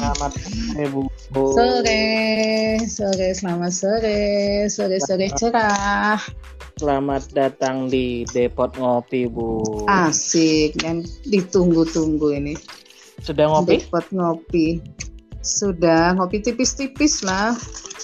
Selamat sore Bu. Selamat sore cerah. Selamat datang di Depot Ngopi Bu. Asik, dan ditunggu-tunggu ini. Sudah ngopi? Depot Ngopi. Sudah, ngopi tipis-tipis lah.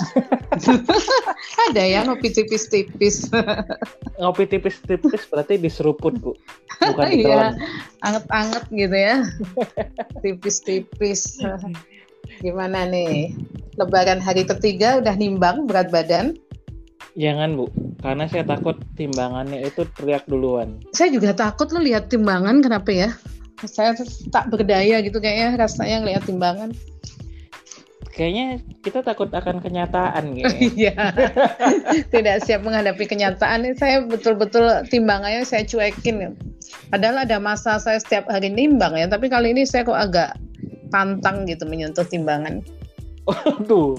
Ada ya ngopi tipis-tipis. Ngopi tipis-tipis berarti diseruput Bu, bukan ditelan. Iya, anget-anget gitu ya. Tipis-tipis. Gimana nih? Lebaran hari ketiga udah nimbang berat badan? Jangan Bu, karena saya takut timbangannya itu teriak duluan. Saya juga takut lo lihat timbangan, kenapa ya? Saya tak berdaya gitu kayaknya rasanya ngelihat timbangan. Kayaknya kita takut akan kenyataan gitu. Iya. Tidak siap menghadapi kenyataan. Saya betul-betul timbangannya saya cuekin. Padahal ada masa saya setiap hari nimbang ya, tapi kali ini saya kok agak pantang gitu menyentuh timbangan. Waduh.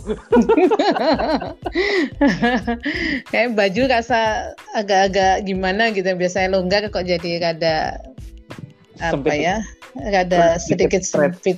Kayak baju rasa agak-agak gimana gitu. Biasanya longgar kok jadi rada Sempit. apa ya? Rada sedikit sempit.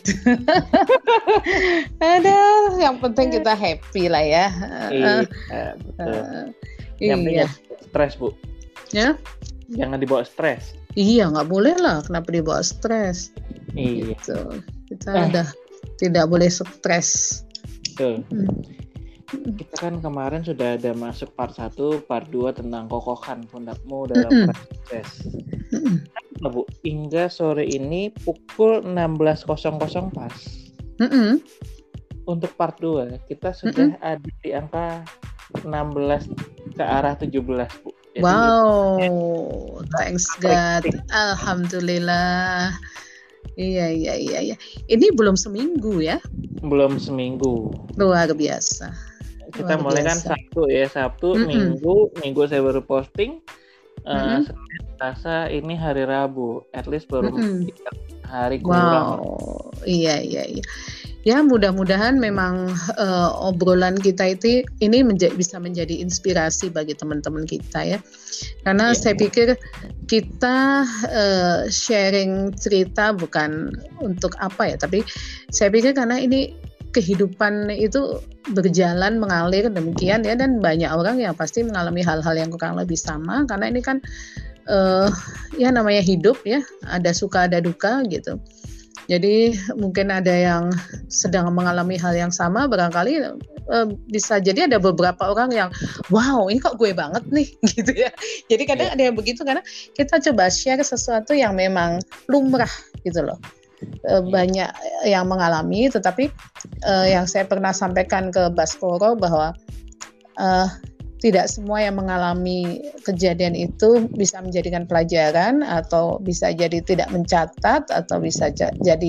Aduh, yang penting kita happy lah ya. Betul. Yang penting Iya. stres Bu. Ya? Jangan dibawa stres. Iya, nggak boleh lah. Kenapa dibawa stres? Iya. Gitu. Kita udah tidak boleh stres. Betul. Kita kan kemarin sudah ada masuk part 1, part 2 tentang kokohkan pundakmu dalam proses. Bu, hingga sore ini pukul 16.00 pas. Untuk part 2 kita sudah ada di angka 16 ke arah 17 Bu. Jadi, wow, thanks God. Alhamdulillah. Iya. Ini belum seminggu ya? Belum seminggu. Luar biasa. Kita mulai kan Sabtu ya, Minggu saya baru posting. Senin, Selasa, ini hari Rabu. At least baru 3 hari kurang. Wow, iya. Ya mudah-mudahan memang obrolan kita ini bisa menjadi inspirasi bagi teman-teman kita ya. Karena saya pikir kita sharing cerita bukan untuk apa ya, tapi saya pikir karena ini kehidupan itu berjalan mengalir demikian ya, dan banyak orang yang pasti mengalami hal-hal yang kurang lebih sama, karena ini kan ya namanya hidup ya, ada suka ada duka gitu. Jadi mungkin ada yang sedang mengalami hal yang sama, barangkali bisa jadi ada beberapa orang yang wow ini kok gue banget nih gitu ya. Jadi kadang ada yang begitu, karena kita coba share sesuatu yang memang lumrah gitu loh. Banyak yang mengalami, tetapi yang saya pernah sampaikan ke Baskoro bahwa tidak semua yang mengalami kejadian itu bisa menjadikan pelajaran, atau bisa jadi tidak mencatat, atau bisa jadi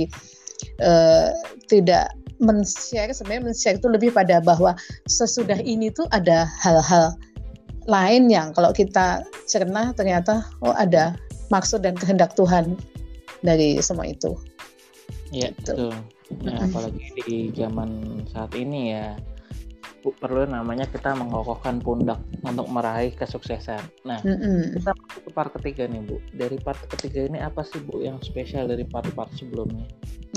tidak men-share. Sebenarnya men-share itu lebih pada bahwa sesudah ini tuh ada hal-hal lain yang kalau kita cerna ternyata ada maksud dan kehendak Tuhan dari semua itu. Iya, betul. Nah, apalagi di zaman saat ini ya, perlu namanya kita mengokohkan pundak untuk meraih kesuksesan. Nah, kita masuk ke part ketiga nih Bu. Dari part ketiga ini apa sih Bu yang spesial dari part-part sebelumnya?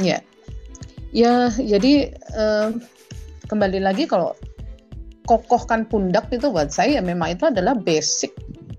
Ya, jadi kembali lagi, kalau kokohkan pundak itu buat saya memang itu adalah basic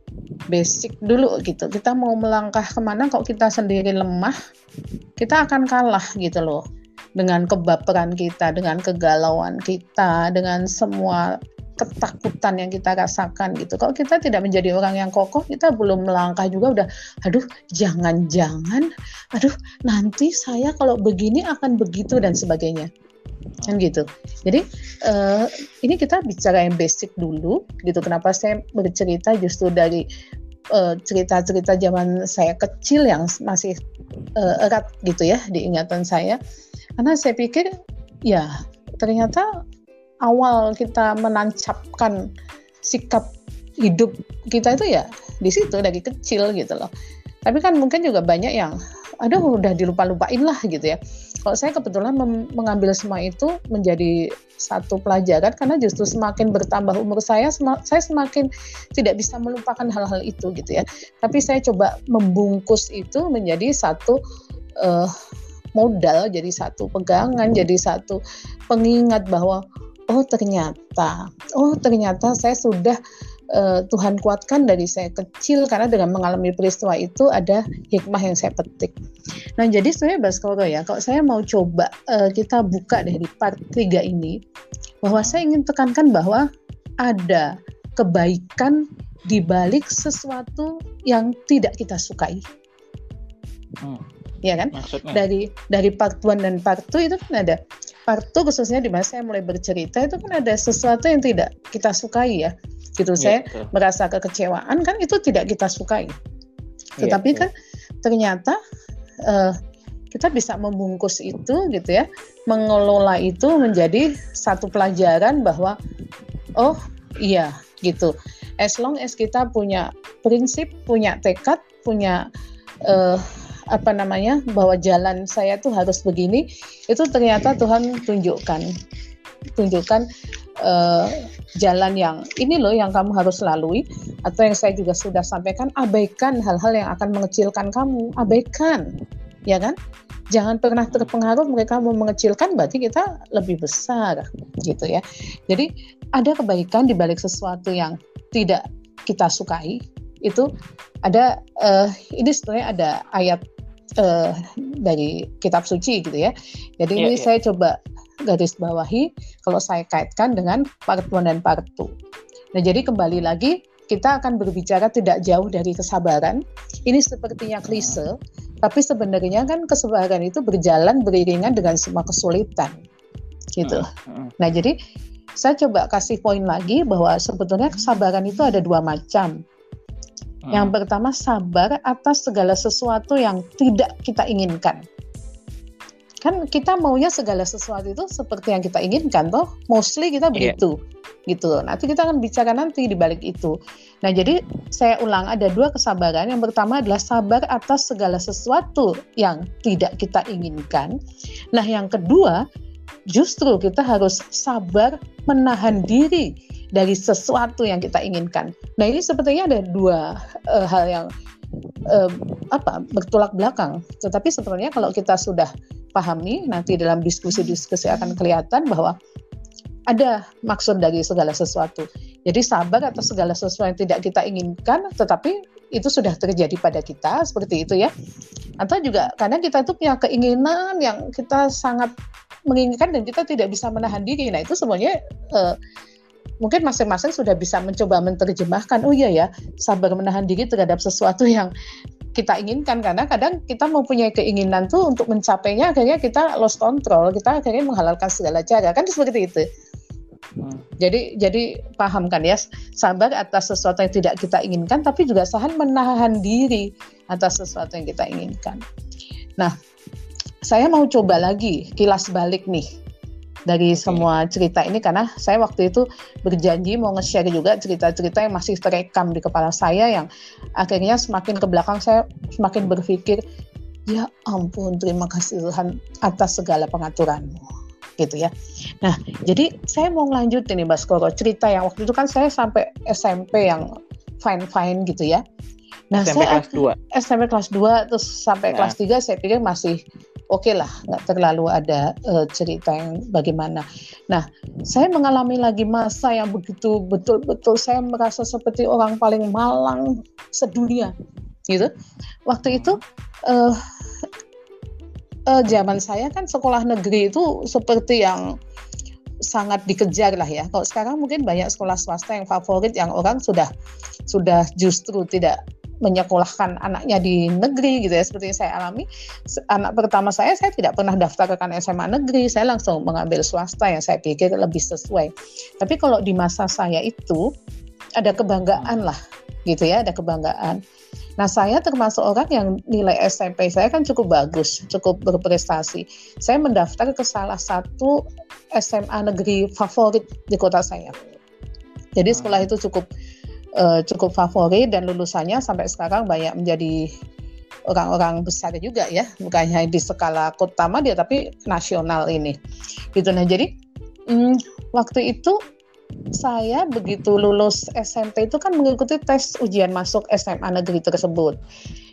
dulu gitu. Kita mau melangkah kemana kalau kita sendiri lemah, kita akan kalah gitu loh. Dengan kebaperan kita, dengan kegalauan kita, dengan semua ketakutan yang kita rasakan gitu. Kalau kita tidak menjadi orang yang kokoh, kita belum melangkah juga udah, jangan-jangan, nanti saya kalau begini akan begitu dan sebagainya. Kan gitu. Jadi ini kita bicara yang basic dulu gitu. Kenapa saya bercerita justru dari cerita-cerita zaman saya kecil yang masih erat gitu ya di ingatan saya. Karena saya pikir ya ternyata awal kita menancapkan sikap hidup kita itu ya di situ dari kecil gitu loh. Tapi kan mungkin juga banyak yang udah dilupa-lupain lah gitu ya. Kalau saya kebetulan mengambil semua itu menjadi satu pelajaran, karena justru semakin bertambah umur saya semakin tidak bisa melupakan hal-hal itu gitu ya. Tapi saya coba membungkus itu menjadi satu modal, jadi satu pegangan, jadi satu pengingat bahwa oh ternyata saya sudah Tuhan kuatkan dari saya kecil, karena dengan mengalami peristiwa itu ada hikmah yang saya petik. Nah, jadi sebenarnya Baskoro ya, kalau saya mau coba kita buka dari part 3 ini, bahwa saya ingin tekankan bahwa ada kebaikan di balik sesuatu yang tidak kita sukai. Ya kan? Maksudnya? Dari part 1 dan part 2 itu kan ada. Part 2 khususnya di mana saya mulai bercerita itu kan ada sesuatu yang tidak kita sukai ya. Gitu, saya merasa kekecewaan, kan itu tidak kita sukai. Tetapi kan ternyata kita bisa membungkus itu gitu ya, mengelola itu menjadi satu pelajaran bahwa oh iya gitu. As long as kita punya prinsip, punya tekad, punya bahwa jalan saya tuh harus begini, itu ternyata Tuhan tunjukkan jalan yang ini loh yang kamu harus lalui. Atau yang saya juga sudah sampaikan, abaikan hal-hal yang akan mengecilkan kamu, abaikan, ya kan? Jangan pernah terpengaruh mereka mau mengecilkan, berarti kita lebih besar gitu ya. Jadi ada kebaikan di balik sesuatu yang tidak kita sukai. Itu ada ini sebenarnya ada ayat dari kitab suci gitu ya. Jadi ini saya coba garis bawahi kalau saya kaitkan dengan part 1 dan part 2. Nah, jadi kembali lagi kita akan berbicara tidak jauh dari kesabaran. Ini sepertinya klise, tapi sebenarnya kan kesabaran itu berjalan beriringan dengan semua kesulitan gitu. Nah, jadi saya coba kasih poin lagi bahwa sebetulnya kesabaran itu ada 2 macam. Yang pertama, sabar atas segala sesuatu yang tidak kita inginkan. Kan kita maunya segala sesuatu itu seperti yang kita inginkan toh, mostly kita begitu gitu. Nanti kita akan bicara nanti di balik itu. Nah, jadi saya ulang, ada 2 kesabaran. Yang pertama adalah sabar atas segala sesuatu yang tidak kita inginkan. Nah, yang kedua justru kita harus sabar menahan diri dari sesuatu yang kita inginkan. Nah, ini sepertinya ada 2 hal yang bertolak belakang. Tetapi sebenarnya kalau kita sudah pahami, nanti dalam diskusi-diskusi akan kelihatan bahwa ada maksud dari segala sesuatu. Jadi sabar atas segala sesuatu yang tidak kita inginkan, tetapi itu sudah terjadi pada kita, seperti itu ya. Atau juga karena kita itu punya keinginan yang kita sangat menginginkan dan kita tidak bisa menahan diri. Nah, itu semuanya mungkin masing-masing sudah bisa mencoba menerjemahkan, oh iya ya, sabar menahan diri terhadap sesuatu yang kita inginkan, karena kadang kita mempunyai keinginan tuh untuk mencapainya, akhirnya kita lost control, kita akhirnya menghalalkan segala cara, kan seperti itu. Jadi paham kan ya, sabar atas sesuatu yang tidak kita inginkan, tapi juga sahan menahan diri atas sesuatu yang kita inginkan. Nah, saya mau coba lagi kilas balik nih dari semua cerita ini, karena saya waktu itu berjanji mau nge-share juga cerita-cerita yang masih terekam di kepala saya, yang akhirnya semakin ke belakang saya semakin berpikir, ya ampun, terima kasih Tuhan atas segala pengaturanmu gitu ya. Nah, jadi saya mau ngelanjutin nih Baskoro, cerita yang waktu itu kan saya sampai SMP yang fine-fine gitu ya. Nah, SMP kelas 2 terus sampai kelas 3 saya pikir masih oke lah, nggak terlalu ada cerita yang bagaimana. Nah, saya mengalami lagi masa yang begitu betul-betul saya merasa seperti orang paling malang sedunia, gitu. Waktu itu zaman saya kan sekolah negeri itu seperti yang sangat dikejar lah ya. Kalau sekarang mungkin banyak sekolah swasta yang favorit, yang orang sudah justru tidak menyekolahkan anaknya di negeri gitu ya, seperti yang saya alami. Anak pertama saya tidak pernah daftarkan SMA negeri, saya langsung mengambil swasta yang saya pikir lebih sesuai. Tapi kalau di masa saya itu ada kebanggaan lah gitu ya, ada kebanggaan. Nah, saya termasuk orang yang nilai SMP saya kan cukup bagus, cukup berprestasi. Saya mendaftar ke salah satu SMA negeri favorit di kota saya. Jadi sekolah itu cukup favorit, dan lulusannya sampai sekarang banyak menjadi orang-orang besar juga ya, bukan hanya di skala kota dia tapi nasional ini gitu. Nah, jadi waktu itu saya begitu lulus SMP itu kan mengikuti tes ujian masuk SMA negeri tersebut.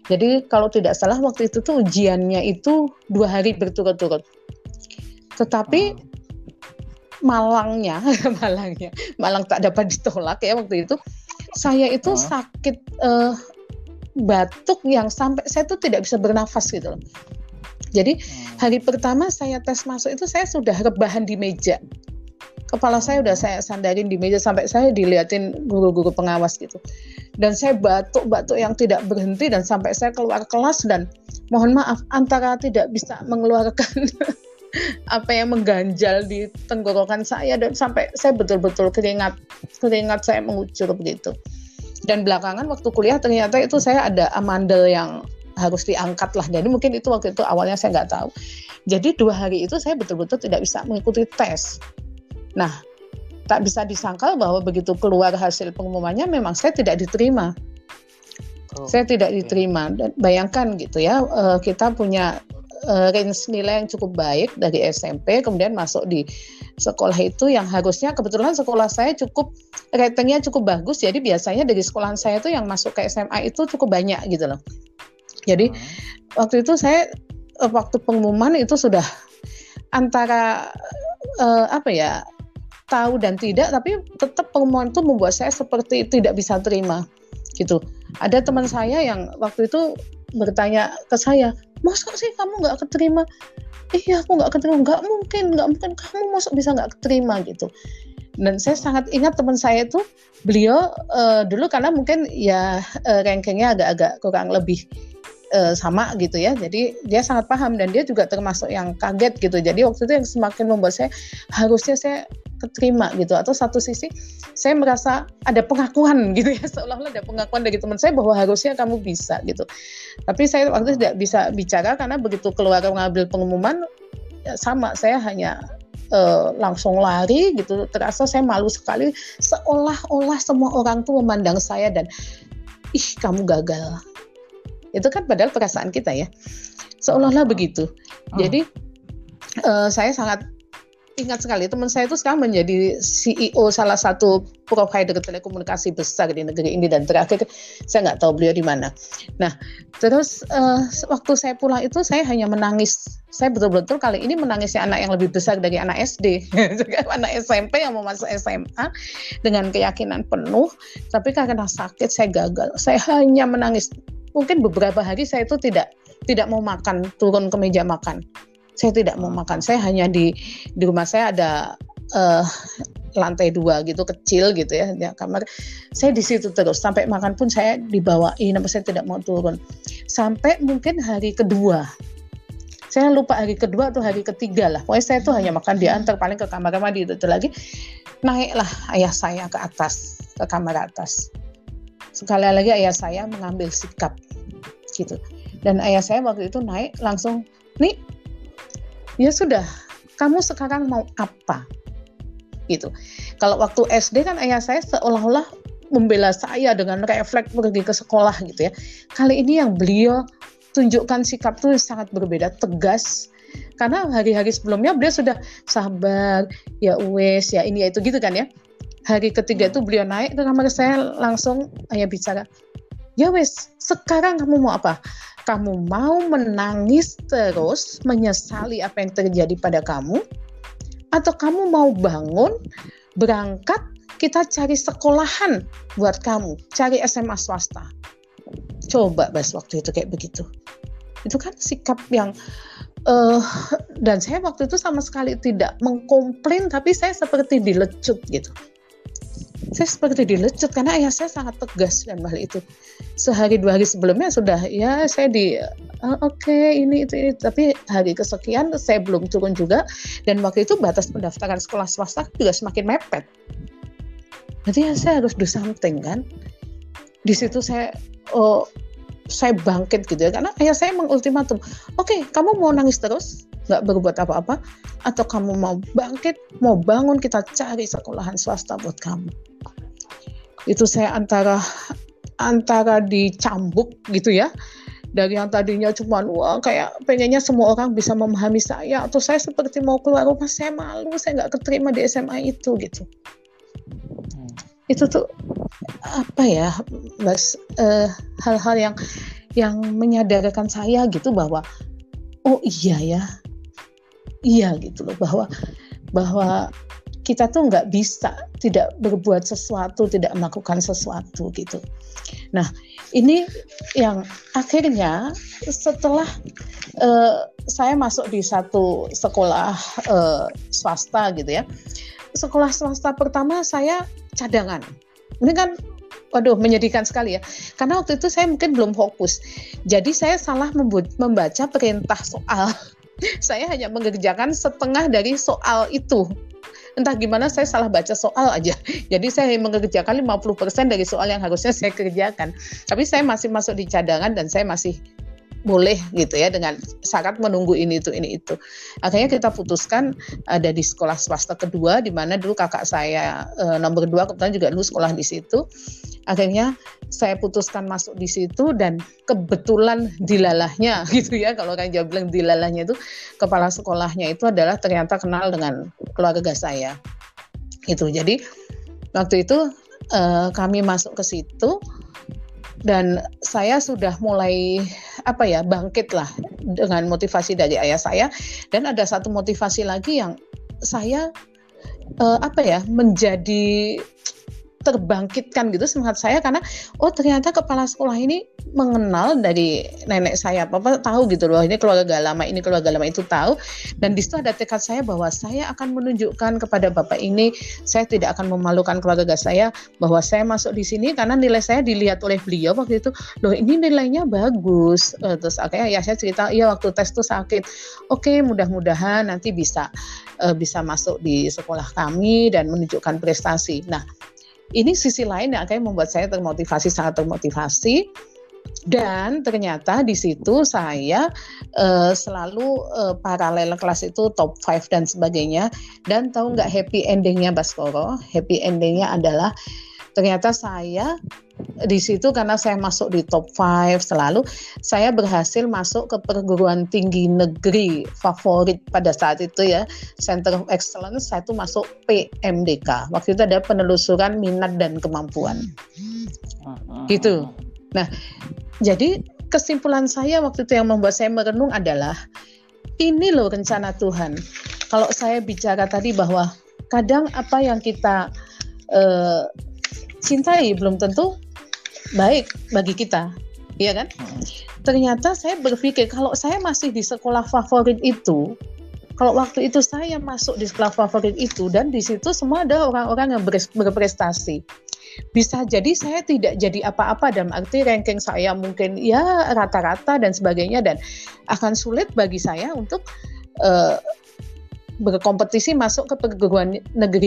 Jadi kalau tidak salah waktu itu tuh ujiannya itu 2 hari berturut-turut. Tetapi Malang tak dapat ditolak ya waktu itu. Saya itu sakit batuk yang sampai saya tuh tidak bisa bernafas gitu loh. Jadi hari pertama saya tes masuk itu saya sudah rebahan di meja. Kepala saya udah saya sandarin di meja sampai saya diliatin guru-guru pengawas gitu. Dan saya batuk-batuk yang tidak berhenti dan sampai saya keluar kelas dan mohon maaf antara tidak bisa mengeluarkan apa yang mengganjal di tenggorokan saya dan sampai saya betul-betul keringat saya mengucur begitu. Dan belakangan waktu kuliah ternyata itu saya ada amandel yang harus diangkat lah. Jadi mungkin itu waktu itu awalnya saya nggak tahu. Jadi 2 hari itu saya betul-betul tidak bisa mengikuti tes. Nah, tak bisa disangkal bahwa begitu keluar hasil pengumumannya memang saya tidak diterima. Saya tidak diterima. Dan bayangkan gitu ya, kita punya range nilai yang cukup baik dari SMP, kemudian masuk di sekolah itu yang harusnya kebetulan sekolah saya ratingnya cukup bagus, jadi biasanya dari sekolahan saya itu yang masuk ke SMA itu cukup banyak gitu loh. Jadi waktu itu saya waktu pengumuman itu sudah antara tahu dan tidak, tapi tetap pengumuman itu membuat saya seperti tidak bisa terima gitu. Ada teman saya yang waktu itu bertanya ke saya, masa sih kamu nggak keterima? Iya aku nggak keterima, nggak mungkin kamu masa bisa nggak keterima gitu. Dan saya sangat ingat teman saya itu, beliau dulu karena mungkin ya rankingnya agak-agak kurang lebih sama gitu ya, jadi dia sangat paham dan dia juga termasuk yang kaget gitu. Jadi waktu itu yang semakin membuat saya harusnya saya keterima gitu, atau satu sisi saya merasa ada pengakuan gitu ya, seolah-olah ada pengakuan dari teman saya bahwa harusnya kamu bisa gitu. Tapi saya waktu itu tidak bisa bicara karena begitu keluar mengambil pengumuman ya sama, saya hanya langsung lari gitu. Terasa saya malu sekali, seolah-olah semua orang tuh memandang saya dan kamu gagal. Itu kan padahal perasaan kita ya, seolah-olah begitu. Jadi saya sangat ingat sekali teman saya itu sekarang menjadi CEO salah satu provider telekomunikasi besar di negeri ini, dan terakhir saya nggak tahu beliau di mana. Nah terus waktu saya pulang itu saya hanya menangis. Saya betul-betul kali ini menangisnya anak yang lebih besar dari anak SD, anak SMP yang mau masuk SMA dengan keyakinan penuh, tapi karena sakit saya gagal. Saya hanya menangis. Mungkin beberapa hari saya itu tidak mau makan, turun ke meja makan. Saya tidak mau makan. Saya hanya di rumah saya ada lantai 2 gitu kecil gitu ya kamar. Saya di situ terus sampai makan pun saya dibawain, saya tidak mau turun. Sampai mungkin hari kedua. Saya lupa hari kedua atau hari ketiga lah. Pokoknya saya tuh hanya makan diantar paling ke kamar mandi itu lagi. Naiklah ayah saya ke atas, ke kamar atas. Sekali lagi ayah saya mengambil sikap gitu. Dan ayah saya waktu itu naik langsung, nih ya sudah, kamu sekarang mau apa? Gitu. Kalau waktu SD kan ayah saya seolah-olah membela saya dengan refleks pergi ke sekolah gitu ya. Kali ini yang beliau tunjukkan sikap tuh sangat berbeda, tegas. Karena hari-hari sebelumnya beliau sudah sabar, ya wes, ya ini ya itu gitu kan ya. Hari ketiga itu beliau naik ke kamar saya langsung ayah bicara, ya wes, sekarang kamu mau apa? Kamu mau menangis terus, menyesali apa yang terjadi pada kamu? Atau kamu mau bangun, berangkat, kita cari sekolahan buat kamu, cari SMA swasta. Coba Bas waktu itu kayak begitu. Itu kan sikap yang, dan saya waktu itu sama sekali tidak mengkomplain, tapi saya seperti dilecut gitu. Saya seperti dilecut karena ayah saya sangat tegas dalam hal itu. Sehari 2 hari sebelumnya sudah ya saya oke, ini itu, tapi hari kesekian saya belum turun juga, dan waktu itu batas pendaftaran sekolah swasta juga semakin mepet. Jadi ya saya harus do something kan. Di situ saya bangkit gitu ya, karena ayah saya mengultimatum, oke, kamu mau nangis terus nggak berbuat apa-apa, atau kamu mau bangkit, mau bangun, kita cari sekolahan swasta buat kamu. Itu saya antara dicambuk gitu ya, dari yang tadinya cuma wah kayak pengennya semua orang bisa memahami saya, atau saya seperti mau keluar rumah, saya malu, saya nggak keterima di SMA itu gitu. Itu tuh apa ya Mas, hal-hal yang menyadarkan saya gitu bahwa oh iya gitu loh, bahwa kita tuh nggak bisa tidak berbuat sesuatu, tidak melakukan sesuatu gitu. Nah, ini yang akhirnya setelah saya masuk di satu sekolah swasta gitu ya. Sekolah swasta pertama saya cadangan. Ini kan waduh menyedihkan sekali ya. Karena waktu itu saya mungkin belum fokus. Jadi saya salah membaca perintah soal. Saya hanya mengerjakan setengah dari soal itu. Entah gimana saya salah baca soal aja. Jadi saya mengerjakan 50% dari soal yang harusnya saya kerjakan. Tapi saya masih masuk di cadangan dan saya masih boleh gitu ya dengan syarat menunggu ini itu. Akhirnya kita putuskan ada di sekolah swasta kedua di mana dulu kakak saya nomor 2 kebetulan juga dulu sekolah di situ. Akhirnya saya putuskan masuk di situ dan kebetulan dilalahnya gitu ya, kalau orang Jawa bilang dilalahnya itu kepala sekolahnya itu adalah ternyata kenal dengan keluarga saya gitu. Jadi waktu itu kami masuk ke situ dan saya sudah mulai bangkit lah dengan motivasi dari ayah saya, dan ada satu motivasi lagi yang saya menjadi terbangkitkan gitu semangat saya, karena ternyata kepala sekolah ini mengenal dari nenek saya, papa tahu gitu loh, ini keluarga lama itu tahu, dan di situ ada tekad saya bahwa saya akan menunjukkan kepada bapak ini, saya tidak akan memalukan keluarga saya, bahwa saya masuk di sini karena nilai saya dilihat oleh beliau waktu itu, loh ini nilainya bagus. Terus akhirnya ya saya cerita, iya waktu tes tuh sakit, oke, mudah-mudahan nanti bisa masuk di sekolah kami dan menunjukkan prestasi. Nah, ini sisi lain yang akhirnya membuat saya sangat termotivasi, dan ternyata di situ saya selalu paralel kelas itu top 5 dan sebagainya. Dan tahu nggak happy endingnya Baskoro? Happy endingnya adalah ternyata saya di situ karena saya masuk di top 5 selalu, saya berhasil masuk ke perguruan tinggi negeri favorit pada saat itu ya, Center of Excellence. Saya tuh masuk PMDK. Waktu itu ada penelusuran minat dan kemampuan. Gitu. Nah, jadi kesimpulan saya waktu itu yang membuat saya merenung adalah ini loh rencana Tuhan. Kalau saya bicara tadi bahwa kadang apa yang kita cintai belum tentu baik bagi kita, ya kan? Ternyata saya berpikir kalau saya masih di sekolah favorit itu, kalau waktu itu saya masuk di sekolah favorit itu dan di situ semua ada orang-orang yang berprestasi, bisa jadi saya tidak jadi apa-apa, dalam arti ranking saya mungkin ya rata-rata dan sebagainya, dan akan sulit bagi saya untuk berkompetisi masuk ke perguruan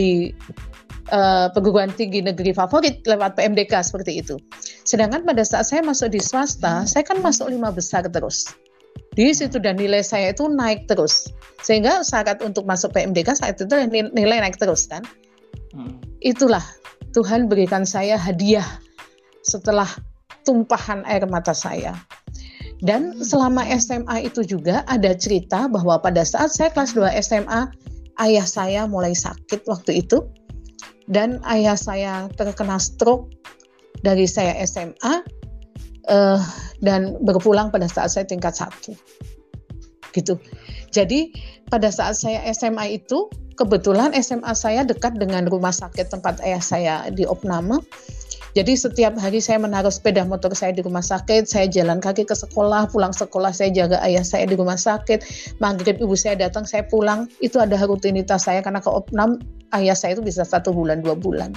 tinggi negeri favorit lewat PMDK seperti itu. Sedangkan pada saat saya masuk di swasta, saya kan masuk 5 besar terus di situ, dan nilai saya itu naik terus, sehingga syarat untuk masuk PMDK saat itu nilai naik terus kan. Itulah Tuhan berikan saya hadiah setelah tumpahan air mata saya. Dan selama SMA itu juga ada cerita bahwa pada saat saya kelas 2 SMA, ayah saya mulai sakit waktu itu. Dan ayah saya terkena stroke dari saya SMA dan berpulang pada saat saya tingkat 1 gitu. Jadi pada saat saya SMA itu kebetulan SMA saya dekat dengan rumah sakit tempat ayah saya diopname. Jadi setiap hari saya menaruh sepeda motor saya di rumah sakit, saya jalan kaki ke sekolah, pulang sekolah saya jaga ayah saya di rumah sakit, maghrib ibu saya datang, saya pulang. Itu ada rutinitas saya karena keopnam ayah saya itu bisa 1 bulan 2 bulan.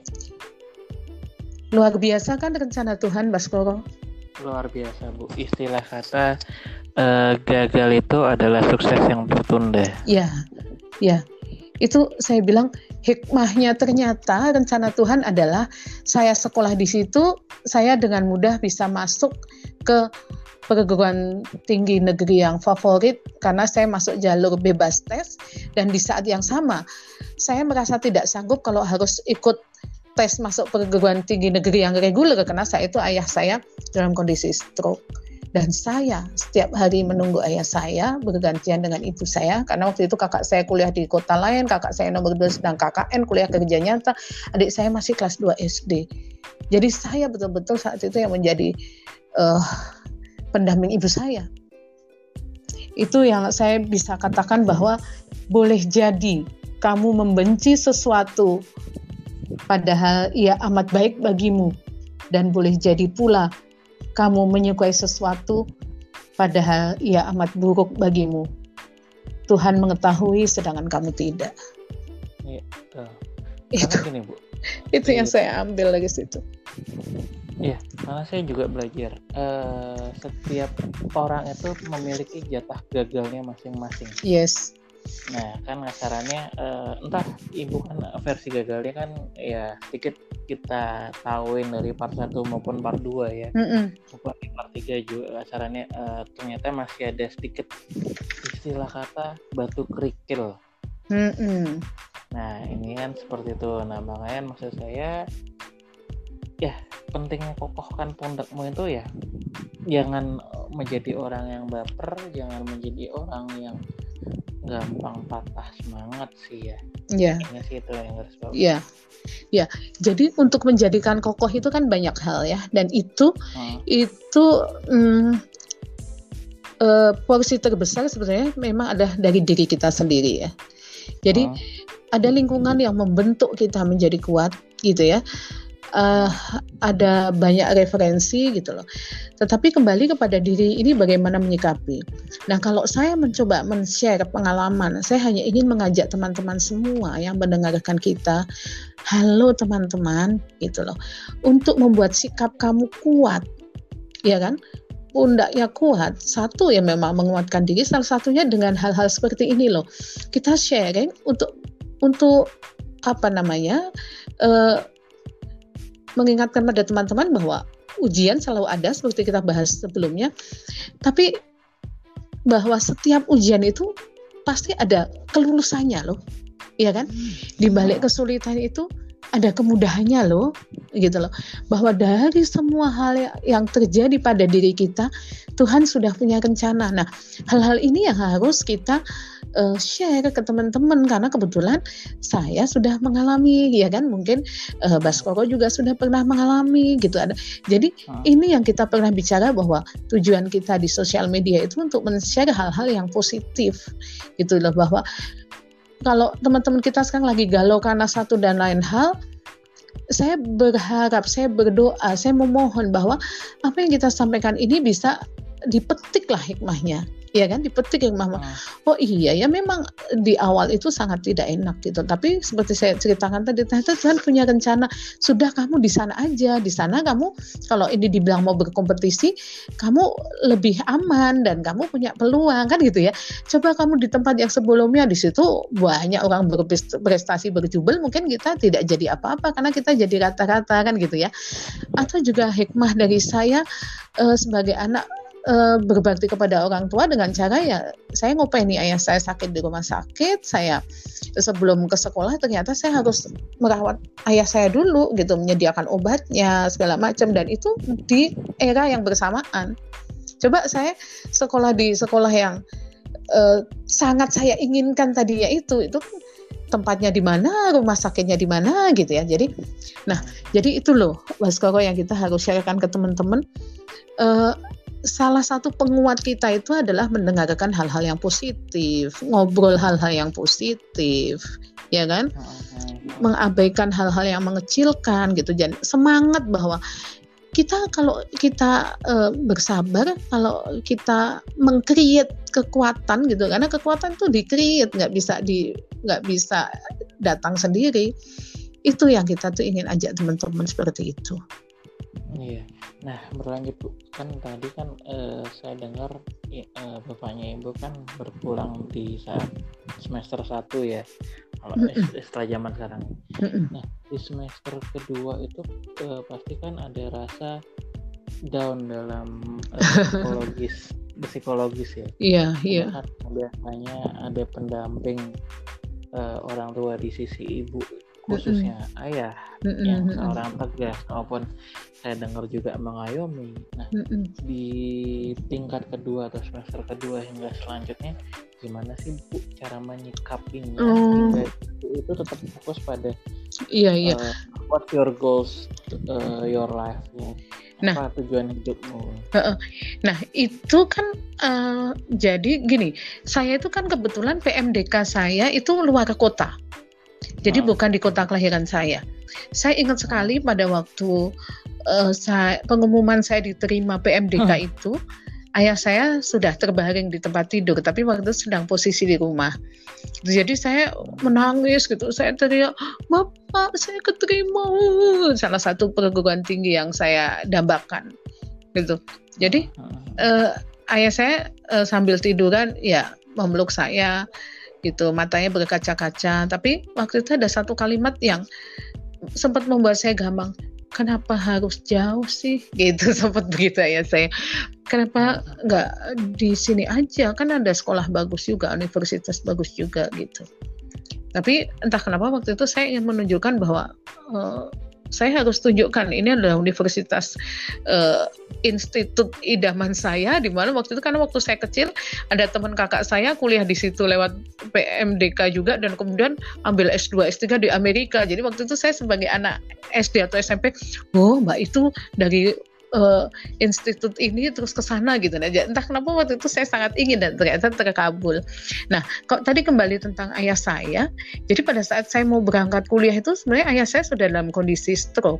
Luar biasa kan rencana Tuhan, Baskoro? Luar biasa, Bu. Istilah kata gagal itu adalah sukses yang tertunda. Ya. Itu saya bilang hikmahnya, ternyata rencana Tuhan adalah saya sekolah di situ, saya dengan mudah bisa masuk ke perguruan tinggi negeri yang favorit karena saya masuk jalur bebas tes, dan di saat yang sama saya merasa tidak sanggup kalau harus ikut tes masuk perguruan tinggi negeri yang reguler karena saya itu ayah saya dalam kondisi stroke. Dan saya setiap hari menunggu ayah saya bergantian dengan ibu saya, karena waktu itu kakak saya kuliah di kota lain, kakak saya nomor 2 sedang KKN kuliah kerja nyata, adik saya masih kelas 2 SD. Jadi saya betul-betul saat itu yang menjadi pendamping ibu saya. Itu yang saya bisa katakan bahwa boleh jadi kamu membenci sesuatu padahal ia amat baik bagimu, dan boleh jadi pula kamu menyukai sesuatu padahal ia amat buruk bagimu. Tuhan mengetahui sedangkan kamu tidak. Iya, itu gini, Bu. Itu yang saya ambil dari situ. Iya, karena saya juga belajar setiap orang itu memiliki jatah gagalnya masing-masing. Yes. Nah, kan kasarannya entah ibu kan versi gagalnya kan ya sedikit kita tahuin dari part 1 maupun part 2 ya. Maupun di part 3 juga kasarannya ternyata masih ada sedikit istilah kata batu kerikil. Nah, ini kan seperti itu. Nah, makanya maksud saya ya pentingnya kokohkan pundakmu itu ya jangan menjadi orang yang baper, jangan menjadi orang yang gampang patah semangat sih ya. Iya. Ini sih itu yang harus bagus. Iya. Ya, jadi untuk menjadikan kokoh itu kan banyak hal ya, dan itu porsi terbesar sebenarnya memang ada dari diri kita sendiri ya. Jadi ada lingkungan yang membentuk kita menjadi kuat gitu ya. Ada banyak referensi gitu loh. Tetapi kembali kepada diri ini bagaimana menyikapi. Nah, kalau saya mencoba men-share pengalaman, saya hanya ingin mengajak teman-teman semua yang mendengarkan kita, halo teman-teman gitu loh, untuk membuat sikap kamu kuat, ya kan? Pundaknya kuat, satu ya memang menguatkan diri, salah satunya dengan hal-hal seperti ini loh. Kita sharing untuk mengingatkan pada teman-teman bahwa ujian selalu ada seperti kita bahas sebelumnya, tapi bahwa setiap ujian itu pasti ada kelulusannya loh, ya kan? Di balik kesulitan itu ada kemudahannya loh, gitu loh. Bahwa dari semua hal yang terjadi pada diri kita, Tuhan sudah punya rencana. Nah, hal-hal ini yang harus kita share ke teman-teman, karena kebetulan saya sudah mengalami, ya kan, mungkin Baskoro juga sudah pernah mengalami gitu. Jadi ini yang kita pernah bicara bahwa tujuan kita di sosial media itu untuk men-share hal-hal yang positif gitu loh, bahwa kalau teman-teman kita sekarang lagi galau karena satu dan lain hal, saya berharap, saya berdoa, saya memohon bahwa apa yang kita sampaikan ini bisa dipetiklah hikmahnya, ya kan, dipetik hikmah. Oh iya ya, memang di awal itu sangat tidak enak gitu, tapi seperti saya ceritakan tadi, ternyata Tuhan punya rencana. Sudah, kamu di sana aja, di sana kamu kalau ini dibilang mau berkompetisi, kamu lebih aman dan kamu punya peluang kan gitu ya. Coba kamu di tempat yang sebelumnya, di situ banyak orang berprestasi, berjubel, mungkin kita tidak jadi apa-apa karena kita jadi rata-rata kan gitu ya. Atau juga hikmah dari saya sebagai anak, berbakti kepada orang tua dengan cara ya saya ngopeni ayah saya sakit di rumah sakit, saya sebelum ke sekolah ternyata saya harus merawat ayah saya dulu gitu, menyediakan obatnya segala macam, dan itu di era yang bersamaan. Coba saya sekolah di sekolah yang sangat saya inginkan tadinya, itu tempatnya di mana, rumah sakitnya di mana gitu ya. Jadi itu loh Baskoro yang kita harus sharekan ke teman-teman. Salah satu penguat kita itu adalah mendengarkan hal-hal yang positif, ngobrol hal-hal yang positif, ya kan? Mengabaikan hal-hal yang mengecilkan gitu. Dan semangat bahwa kita, kalau kita bersabar, kalau kita meng-create kekuatan gitu, karena kekuatan itu di-create, nggak bisa datang sendiri. Itu yang kita tuh ingin ajak teman-teman seperti itu. Iya. Nah, berlanjut Bu, kan tadi kan saya dengar bapaknya Ibu kan berpulang di saat semester 1 ya, kalau setelah zaman sekarang. Nah, di semester kedua itu pasti kan ada rasa down dalam psikologis ya. Iya. Kan biasanya ada pendamping orang tua di sisi ibu, khususnya ayah yang seorang tegas, maupun saya dengar juga mengayomi. Nah, di tingkat kedua atau semester kedua hingga selanjutnya, gimana sih Bu cara menyikapinya sehingga itu tetap fokus pada what your goals, your life ya. Apa tujuan hidupmu? Nah itu kan jadi gini, saya itu kan kebetulan PMDK saya itu luar kota, jadi bukan di kota kelahiran saya. Saya ingat sekali pada waktu pengumuman saya diterima PMDK itu, ayah saya sudah terbaring di tempat tidur, tapi waktu itu sedang posisi di rumah. Jadi saya menangis gitu, saya teriak, "Bapak, saya keterima!" Salah satu perguruan tinggi yang saya dambakan, gitu. Jadi ayah saya sambil tiduran ya memeluk saya, gitu, matanya berkaca-kaca. Tapi waktu itu ada satu kalimat yang sempat membuat saya gamang. Kenapa harus jauh sih? Gitu, sempat begitu ya saya. Kenapa nggak di sini aja? Kan ada sekolah bagus juga, universitas bagus juga gitu. Tapi entah kenapa waktu itu saya ingin menunjukkan bahwa saya harus tunjukkan ini adalah universitas institut idaman saya, di mana waktu itu karena waktu saya kecil ada teman kakak saya kuliah di situ lewat PMDK juga dan kemudian ambil S2 S3 di Amerika. Jadi waktu itu saya sebagai anak SD atau SMP, Mbak itu dari institut ini terus ke sana gitu. Nah, entah kenapa waktu itu saya sangat ingin dan ternyata terkabul. Nah, kok tadi kembali tentang ayah saya. Jadi pada saat saya mau berangkat kuliah itu sebenarnya ayah saya sudah dalam kondisi stroke.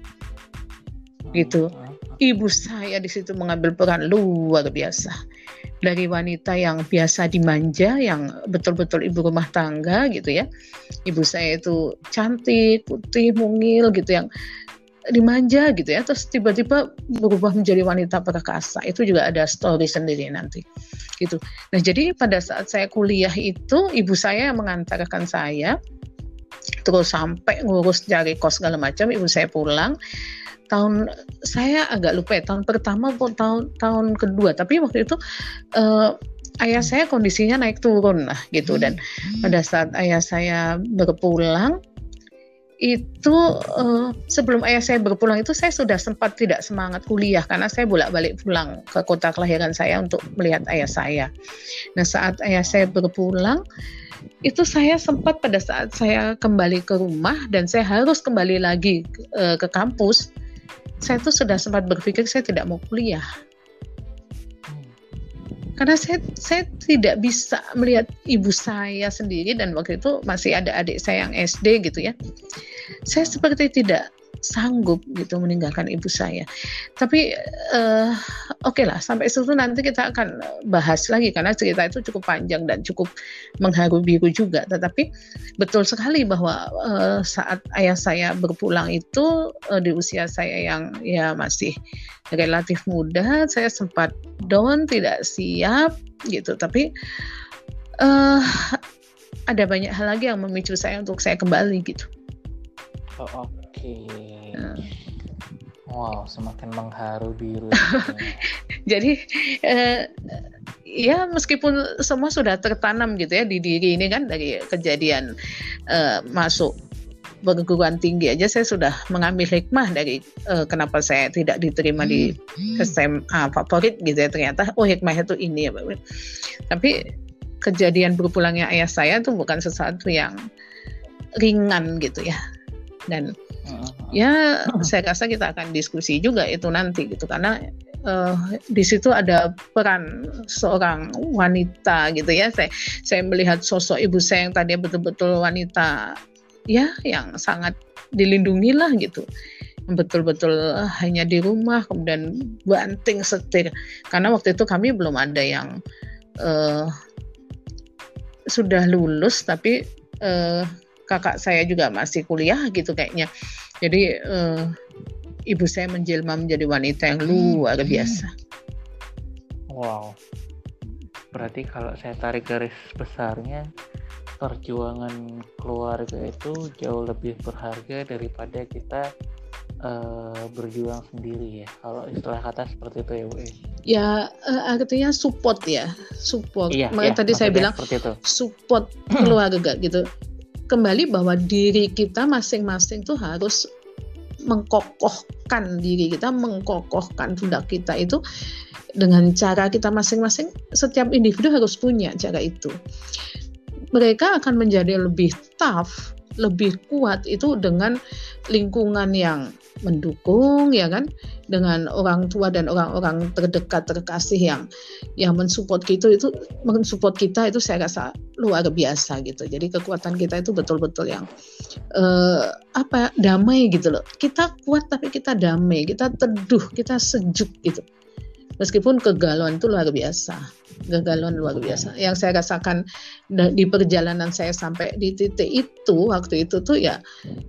Gitu. Ibu saya di situ mengambil peran luar biasa. Dari wanita yang biasa dimanja, yang betul-betul ibu rumah tangga gitu ya. Ibu saya itu cantik, putih, mungil gitu yang dimanja gitu ya, terus tiba-tiba berubah menjadi wanita perkasa. Itu juga ada story sendiri nanti gitu. Nah jadi pada saat saya kuliah itu ibu saya yang mengantarkan saya, terus sampai ngurus cari kos segala macam. Ibu saya pulang tahun, saya agak lupa ya, tahun pertama atau tahun kedua, tapi waktu itu ayah saya kondisinya naik turun lah gitu. Dan pada saat ayah saya berpulang itu sebelum ayah saya berpulang itu saya sudah sempat tidak semangat kuliah karena saya bolak-balik pulang ke kota kelahiran saya untuk melihat ayah saya. Nah saat ayah saya berpulang itu saya sempat pada saat saya kembali ke rumah dan saya harus kembali lagi ke kampus, saya tuh sudah sempat berpikir saya tidak mau kuliah. Karena saya tidak bisa melihat ibu saya sendiri dan waktu itu masih ada adik saya yang SD gitu ya. Saya seperti tidak sanggup gitu meninggalkan ibu saya. Tapi oke lah, sampai situ nanti kita akan bahas lagi karena cerita itu cukup panjang dan cukup mengharu biru juga. Tetapi betul sekali bahwa saat ayah saya berpulang itu di usia saya yang ya masih relatif muda, saya sempat down, tidak siap gitu. Tapi ada banyak hal lagi yang memicu saya untuk saya kembali gitu. Oh, oke. Wow, semakin mengharu biru. Jadi ya meskipun semua sudah tertanam gitu ya di diri ini kan, dari kejadian masuk perguruan tinggi aja saya sudah mengambil hikmah dari kenapa saya tidak diterima di SMA favorit gitu ya. Ternyata hikmahnya itu ini ya Pak. Tapi kejadian berpulangnya ayah saya itu bukan sesuatu yang ringan gitu ya. Dan ya saya rasa kita akan diskusi juga itu nanti gitu karena di situ ada peran seorang wanita gitu ya. Saya melihat sosok ibu saya yang tadi betul-betul wanita ya yang sangat dilindungi lah gitu, betul-betul hanya di rumah kemudian banting setir karena waktu itu kami belum ada yang sudah lulus tapi kakak saya juga masih kuliah gitu kayaknya. Jadi ibu saya menjelma menjadi wanita yang luar biasa. Wow. Berarti kalau saya tarik garis besarnya, perjuangan keluarga itu jauh lebih berharga daripada kita berjuang sendiri ya. Kalau istilah kata seperti itu ya Bu. Ya artinya support ya, support. Iya, tadi saya bilang support keluarga gitu. Kembali bahwa diri kita masing-masing tuh harus mengkokohkan diri kita, mengkokohkan pundak kita itu dengan cara kita masing-masing. Setiap individu harus punya cara itu. Mereka akan menjadi lebih tough lebih kuat itu dengan lingkungan yang mendukung, ya kan, dengan orang tua dan orang-orang terdekat terkasih yang mensupport kita itu saya rasa luar biasa gitu. Jadi kekuatan kita itu betul-betul yang damai gitu loh. Kita kuat tapi kita damai, kita teduh, kita sejuk gitu. Meskipun kegalauan itu luar biasa. Yang saya rasakan di perjalanan saya sampai di titik itu waktu itu tuh ya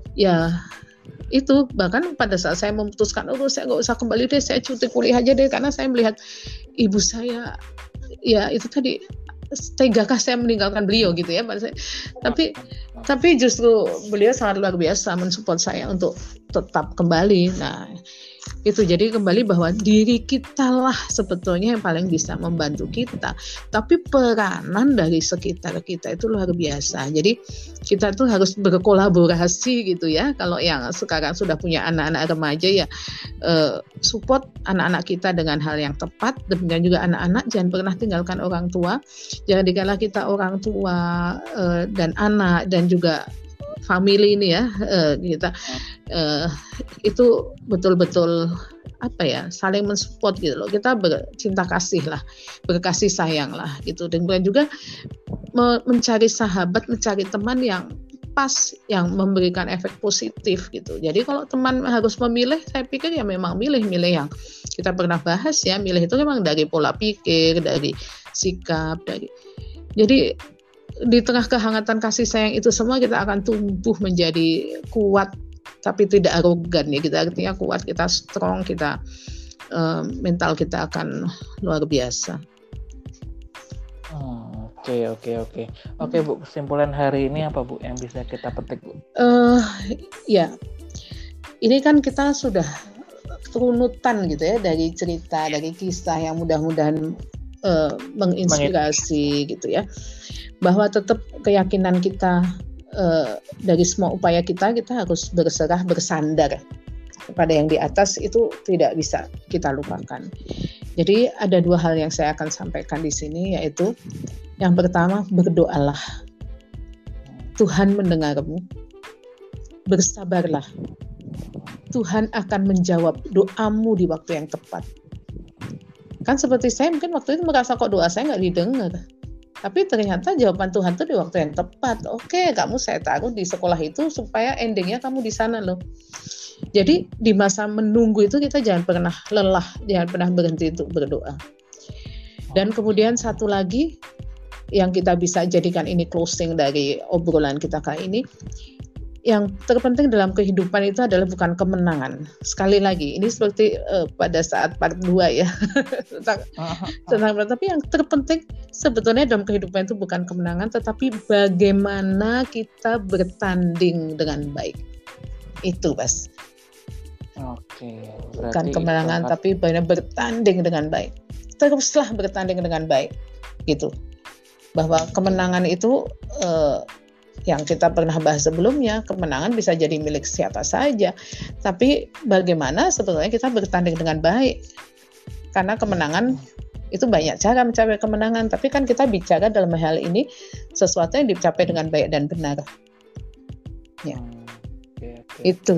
itu, bahkan pada saat saya memutuskan saya nggak usah kembali deh, saya cuti kuliah aja deh, karena saya melihat ibu saya ya itu tadi, tegakah saya meninggalkan beliau gitu ya. Tapi justru beliau sangat luar biasa mensupport saya untuk tetap kembali. Nah itu, jadi kembali bahwa diri kita lah sebetulnya yang paling bisa membantu kita, tapi peranan dari sekitar kita itu luar biasa. Jadi kita tuh harus berkolaborasi gitu ya. Kalau yang sekarang sudah punya anak-anak remaja ya, support anak-anak kita dengan hal yang tepat. Demikian juga anak-anak, jangan pernah tinggalkan orang tua. Jangan dikala kita orang tua dan anak dan juga family ini ya, kita itu betul-betul saling mensupport gitu loh. Kita bercinta kasih lah, berkasih sayang lah gitu. Dan juga mencari sahabat, mencari teman yang pas, yang memberikan efek positif gitu. Jadi kalau teman harus memilih, saya pikir ya memang milih yang kita pernah bahas ya. Milih itu memang dari pola pikir, dari sikap, jadi di tengah kehangatan kasih sayang itu semua kita akan tumbuh menjadi kuat tapi tidak arogan ya. Kita artinya kuat, kita strong, kita mental kita akan luar biasa. Oke Bu, kesimpulan hari ini apa Bu yang bisa kita petik Bu? Ya, ini kan kita sudah runutan gitu ya, dari cerita, dari kisah yang mudah-mudahan menginspirasi gitu ya, bahwa tetap keyakinan kita dari semua upaya kita harus berserah, bersandar kepada yang di atas, itu tidak bisa kita lupakan. Jadi ada dua hal yang saya akan sampaikan di sini, yaitu yang pertama, berdoalah, Tuhan mendengarmu, bersabarlah, Tuhan akan menjawab doamu di waktu yang tepat. Kan seperti saya mungkin waktu itu merasa kok doa saya nggak didengar, tapi ternyata jawaban Tuhan tuh di waktu yang tepat. Oke, kamu saya taruh di sekolah itu supaya endingnya kamu di sana loh. Jadi di masa menunggu itu kita jangan pernah lelah, jangan pernah berhenti untuk berdoa. Dan kemudian satu lagi yang kita bisa jadikan ini closing dari obrolan kita kali ini, yang terpenting dalam kehidupan itu adalah bukan kemenangan. Sekali lagi, ini seperti pada saat part 2 ya, tentang tapi yang terpenting sebetulnya dalam kehidupan itu bukan kemenangan, tetapi bagaimana kita bertanding dengan baik. Itu Bas. Oke. Bukan kemenangan, tapi bagaimana bertanding dengan baik. Teruslah bertanding dengan baik, gitu. Bahwa kemenangan itu yang kita pernah bahas sebelumnya, kemenangan bisa jadi milik siapa saja, tapi bagaimana sebetulnya kita bertanding dengan baik. Karena kemenangan itu banyak cara mencapai kemenangan, tapi kan kita bicara dalam hal ini sesuatu yang dicapai dengan baik dan benar. Ya. Itu.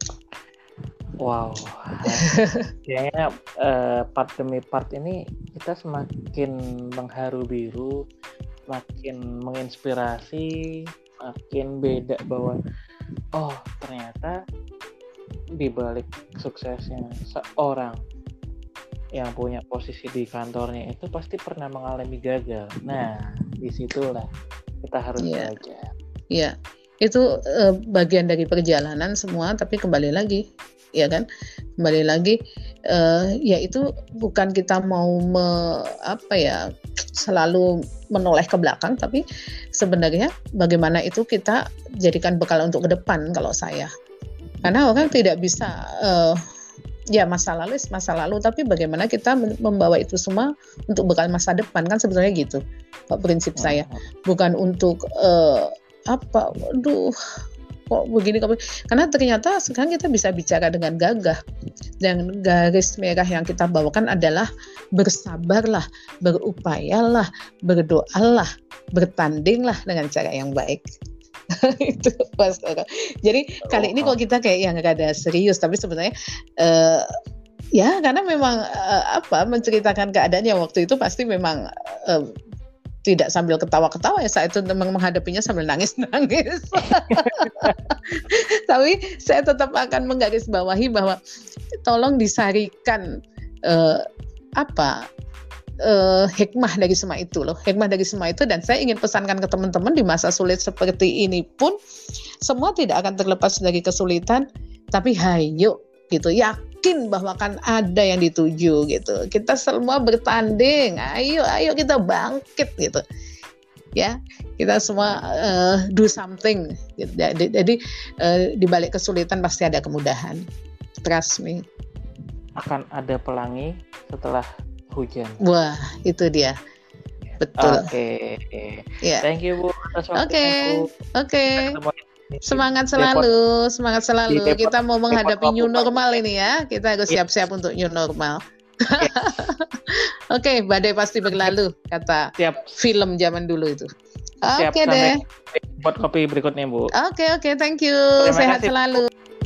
Wow. Kayaknya part demi part ini kita semakin mengharu biru, makin menginspirasi, makin beda bahwa ternyata di balik suksesnya seorang yang punya posisi di kantornya itu pasti pernah mengalami gagal. Nah, disitulah kita harus belajar. Iya, itu bagian dari perjalanan semua, tapi kembali lagi, ya kan? Kembali lagi, yaitu bukan kita mau selalu menoleh ke belakang, tapi sebenarnya bagaimana itu kita jadikan bekal untuk ke depan kalau saya. Karena orang tidak bisa masa lalu, tapi bagaimana kita membawa itu semua untuk bekal masa depan, kan sebetulnya gitu. Prinsip saya bukan untuk kok begini, karena ternyata sekarang kita bisa bicara dengan gagah, dan garis merah yang kita bawakan adalah bersabarlah, berupayalah, berdoalah, bertandinglah dengan cara yang baik. Itu Mas Koko. Jadi kali ini kok kita kayak yang rada serius, tapi sebenarnya ya karena memang menceritakan keadaan yang waktu itu pasti memang tidak sambil ketawa-ketawa ya, saat itu memang menghadapinya sambil nangis-nangis. Tapi saya tetap akan menggarisbawahi bahwa tolong disarikan hikmah dari semua itu loh, hikmah dari semua itu. Dan saya ingin pesankan ke teman-teman di masa sulit seperti ini pun semua tidak akan terlepas dari kesulitan, tapi hayo gitu, yakin bahwa kan ada yang dituju gitu. Kita semua bertanding, ayo kita bangkit gitu ya, kita semua do something gitu. Jadi di balik kesulitan pasti ada kemudahan, trust me. Akan ada pelangi setelah hujan. Wah, itu dia. Betul. Oke. Yeah. Thank you Bu atas waktunya. Oke. Semangat selalu. Kita mau menghadapi new normal ini ya. Kita harus siap-siap untuk new normal. Oke, badai pasti berlalu, kata film zaman dulu itu. Oke deh. Buat kopi berikutnya Bu. Oke, thank you. Sehat selalu.